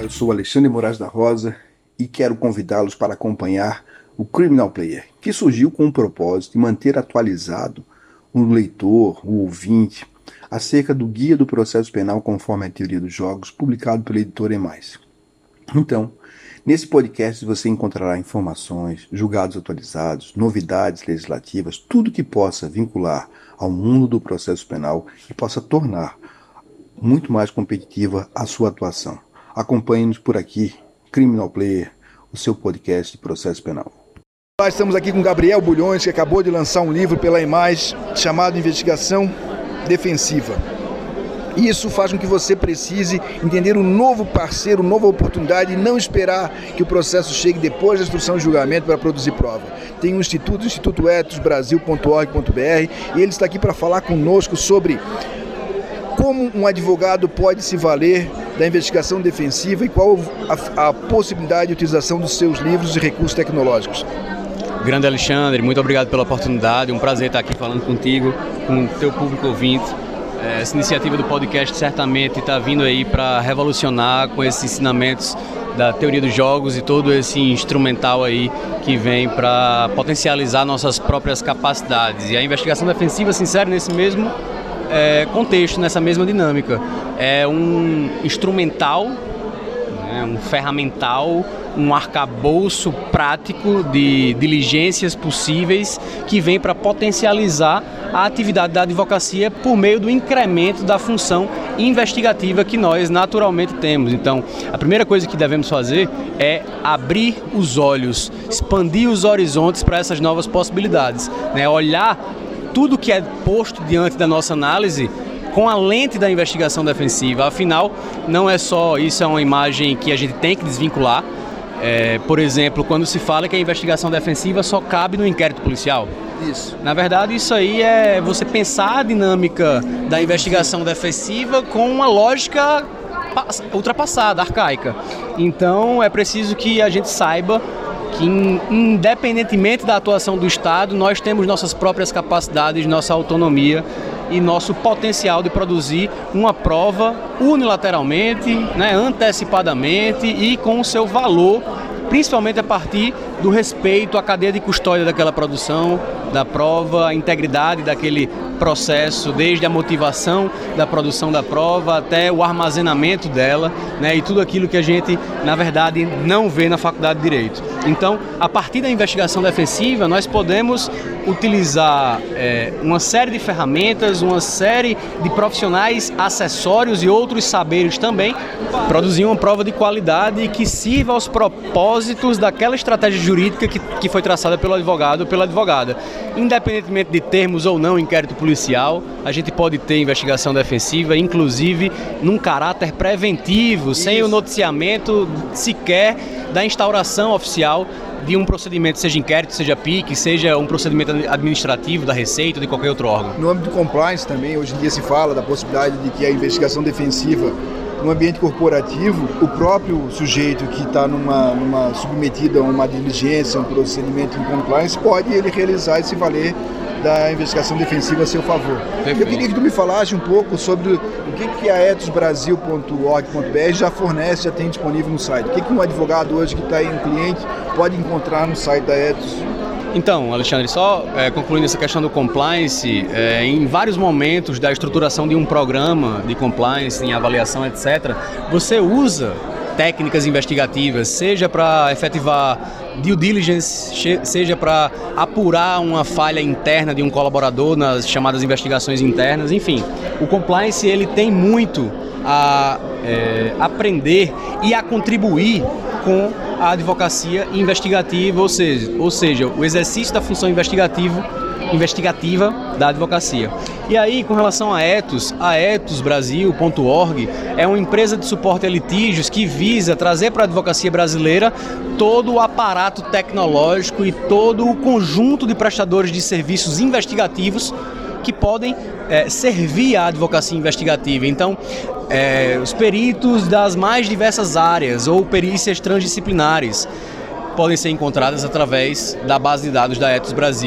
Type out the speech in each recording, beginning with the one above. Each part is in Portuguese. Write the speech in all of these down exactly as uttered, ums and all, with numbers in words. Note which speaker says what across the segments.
Speaker 1: Olá, eu sou Alexandre Moraes da Rosa e quero convidá-los para acompanhar o Criminal Player, que surgiu com o propósito de manter atualizado o leitor, o ouvinte, acerca do Guia do Processo Penal conforme a Teoria dos Jogos, publicado pela editora E mais. Então, nesse podcast você encontrará informações, julgados atualizados, novidades legislativas, tudo que possa vincular ao mundo do processo penal e possa tornar muito mais competitiva a sua atuação. Acompanhe-nos por aqui, Criminal Player, o seu podcast de processo penal.
Speaker 2: Nós estamos aqui com Gabriel Bulhões, que acabou de lançar um livro pela E mais, chamado Investigação Defensiva. Isso faz com que você precise entender um novo parceiro, nova oportunidade e não esperar que o processo chegue depois da instrução de julgamento para produzir prova. Tem um instituto, o Instituto Etos Brasil ponto org ponto br, e ele está aqui para falar conosco sobre como um advogado pode se valer da investigação defensiva e qual a, a possibilidade de utilização dos seus livros e recursos tecnológicos.
Speaker 3: Grande Alexandre, muito obrigado pela oportunidade, um prazer estar aqui falando contigo, com o teu público ouvinte. Essa iniciativa do podcast certamente está vindo aí para revolucionar com esses ensinamentos da teoria dos jogos e todo esse instrumental aí que vem para potencializar nossas próprias capacidades. E a investigação defensiva se insere nesse mesmo É, contexto, nessa mesma dinâmica. É um instrumental, né, um ferramental, um arcabouço prático de diligências possíveis que vem para potencializar a atividade da advocacia por meio do incremento da função investigativa que nós naturalmente temos. Então, a primeira coisa que devemos fazer é abrir os olhos, expandir os horizontes para essas novas possibilidades, né, olhar tudo que é posto diante da nossa análise com a lente da investigação defensiva. Afinal, não é só isso, é uma imagem que a gente tem que desvincular. É, por exemplo, quando se fala que a investigação defensiva só cabe no inquérito policial.
Speaker 2: Isso.
Speaker 3: Na verdade, isso aí é você pensar a dinâmica da investigação defensiva com uma lógica ultrapassada, arcaica. Então, é preciso que a gente saiba que, independentemente da atuação do Estado, nós temos nossas próprias capacidades, nossa autonomia e nosso potencial de produzir uma prova unilateralmente, né, antecipadamente e com o seu valor, principalmente a partir do respeito à cadeia de custódia daquela produção, da prova, a integridade daquele processo, desde a motivação da produção da prova até o armazenamento dela, né, e tudo aquilo que a gente, na verdade, não vê na Faculdade de Direito. Então, a partir da investigação defensiva, nós podemos utilizar é, uma série de ferramentas, uma série de profissionais, acessórios e outros saberes também, produzir uma prova de qualidade que sirva aos propósitos daquela estratégia jurídica que, que foi traçada pelo advogado ou pela advogada. Independentemente de termos ou não inquérito policial, a gente pode ter investigação defensiva, inclusive num caráter preventivo, Isso. sem o noticiamento sequer da instauração oficial de um procedimento, seja inquérito, seja P I C, seja um procedimento administrativo da Receita ou de qualquer outro órgão.
Speaker 2: No âmbito do compliance também, hoje em dia se fala da possibilidade de que a investigação defensiva no ambiente corporativo, o próprio sujeito que está numa, numa submetido a uma diligência, um procedimento em compliance, pode ele realizar e se valer da investigação defensiva a seu favor. Perfeito. Eu queria que tu me falasse um pouco sobre o que, que a etos brasil ponto org ponto br já fornece, já tem disponível no site. O que, que um advogado hoje que está aí, um cliente, pode encontrar no site da Etos?
Speaker 3: Então, Alexandre, só é, concluindo essa questão do compliance, é, em vários momentos da estruturação de um programa de compliance, em avaliação, etcétera, você usa técnicas investigativas, seja para efetivar due diligence, seja para apurar uma falha interna de um colaborador nas chamadas investigações internas, enfim. O compliance ele tem muito a é, aprender e a contribuir com a advocacia investigativa, ou seja, ou seja, o exercício da função investigativa, investigativa da advocacia. E aí, com relação a Etos, a etos brasil ponto org é uma empresa de suporte a litígios que visa trazer para a advocacia brasileira todo o aparato tecnológico e todo o conjunto de prestadores de serviços investigativos que podem é, servir à advocacia investigativa. Então, é, os peritos das mais diversas áreas ou perícias transdisciplinares podem ser encontradas através da base de dados da Etos Brasil.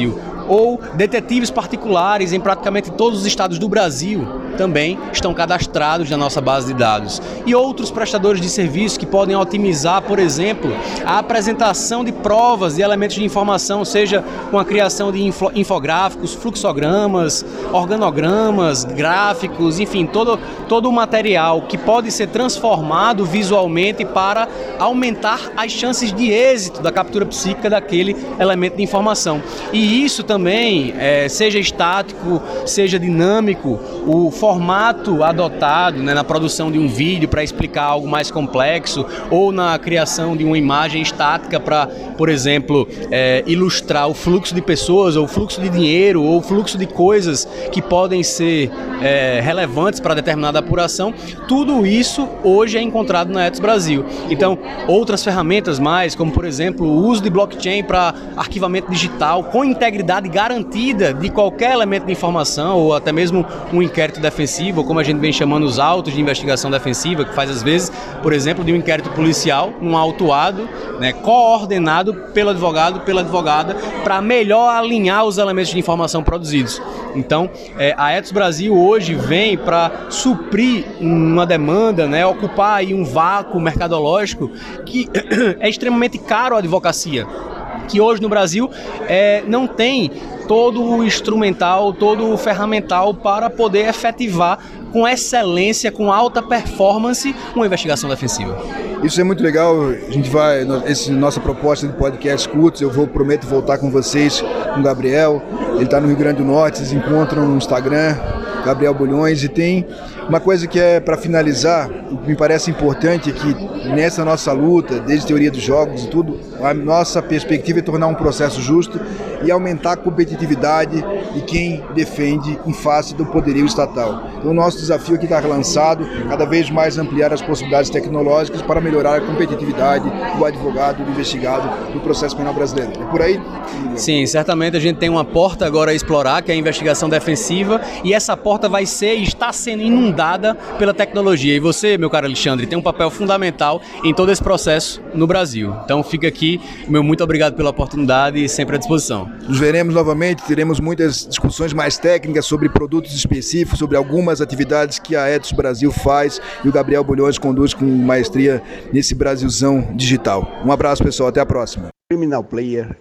Speaker 3: ou detetives particulares em praticamente todos os estados do Brasil também estão cadastrados na nossa base de dados. E outros prestadores de serviço que podem otimizar, por exemplo, a apresentação de provas e elementos de informação, seja com a criação de info, infográficos, fluxogramas, organogramas, gráficos, enfim, todo, todo o material que pode ser transformado visualmente para aumentar as chances de êxito da captura psíquica daquele elemento de informação. E isso também, é, seja estático, seja dinâmico, o formato adotado, né, na produção de um vídeo para explicar algo mais complexo ou na criação de uma imagem estática para, por exemplo, é, ilustrar o fluxo de pessoas ou o fluxo de dinheiro ou o fluxo de coisas que podem ser é, relevantes para determinada apuração, tudo isso hoje é encontrado na Ethos Brasil. Então, outras ferramentas mais, como por exemplo o uso de blockchain para arquivamento digital com integridade garantida de qualquer elemento de informação ou até mesmo um inquérito defensivo, ou como a gente vem chamando os autos de investigação defensiva, que faz às vezes, por exemplo, de um inquérito policial, um autuado, né, coordenado pelo advogado, pela advogada, para melhor alinhar os elementos de informação produzidos. Então, é, a Ethos Brasil hoje vem para suprir uma demanda, né, ocupar aí um vácuo mercadológico que é extremamente caro à advocacia, que hoje no Brasil é, não tem todo o instrumental, todo o ferramental para poder efetivar com excelência, com alta performance, uma investigação defensiva.
Speaker 2: Isso é muito legal, a gente vai, essa nossa proposta de podcast curtos, eu vou, prometo voltar com vocês, com o Gabriel, ele está no Rio Grande do Norte, vocês encontram no Instagram, Gabriel Bulhões, e tem uma coisa que é para finalizar, o que me parece importante é que nessa nossa luta, desde teoria dos jogos e tudo, a nossa perspectiva é tornar um processo justo e aumentar a competitividade de quem defende em face do poderio estatal. Então o nosso desafio aqui está lançado, cada vez mais ampliar as possibilidades tecnológicas para melhorar a competitividade do advogado, do investigado, do processo penal brasileiro. É por aí?
Speaker 3: Sim, certamente a gente tem uma porta agora a explorar, que é a investigação defensiva, e essa porta vai ser e está sendo inundada pela tecnologia. E você, meu caro Alexandre, tem um papel fundamental em todo esse processo no Brasil. Então fica aqui, meu muito obrigado pela oportunidade e sempre à disposição.
Speaker 2: Nos veremos novamente, teremos muitas discussões mais técnicas sobre produtos específicos, sobre algumas atividades que a Ethos Brasil faz e o Gabriel Bulhões conduz com maestria nesse Brasilzão digital. Um abraço, pessoal, até a próxima.
Speaker 1: Criminal Player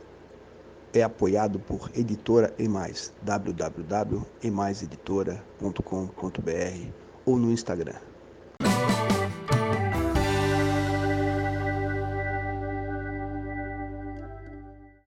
Speaker 1: é apoiado por Editora E mais, w w w ponto e mais editora ponto com ponto b r ou no Instagram.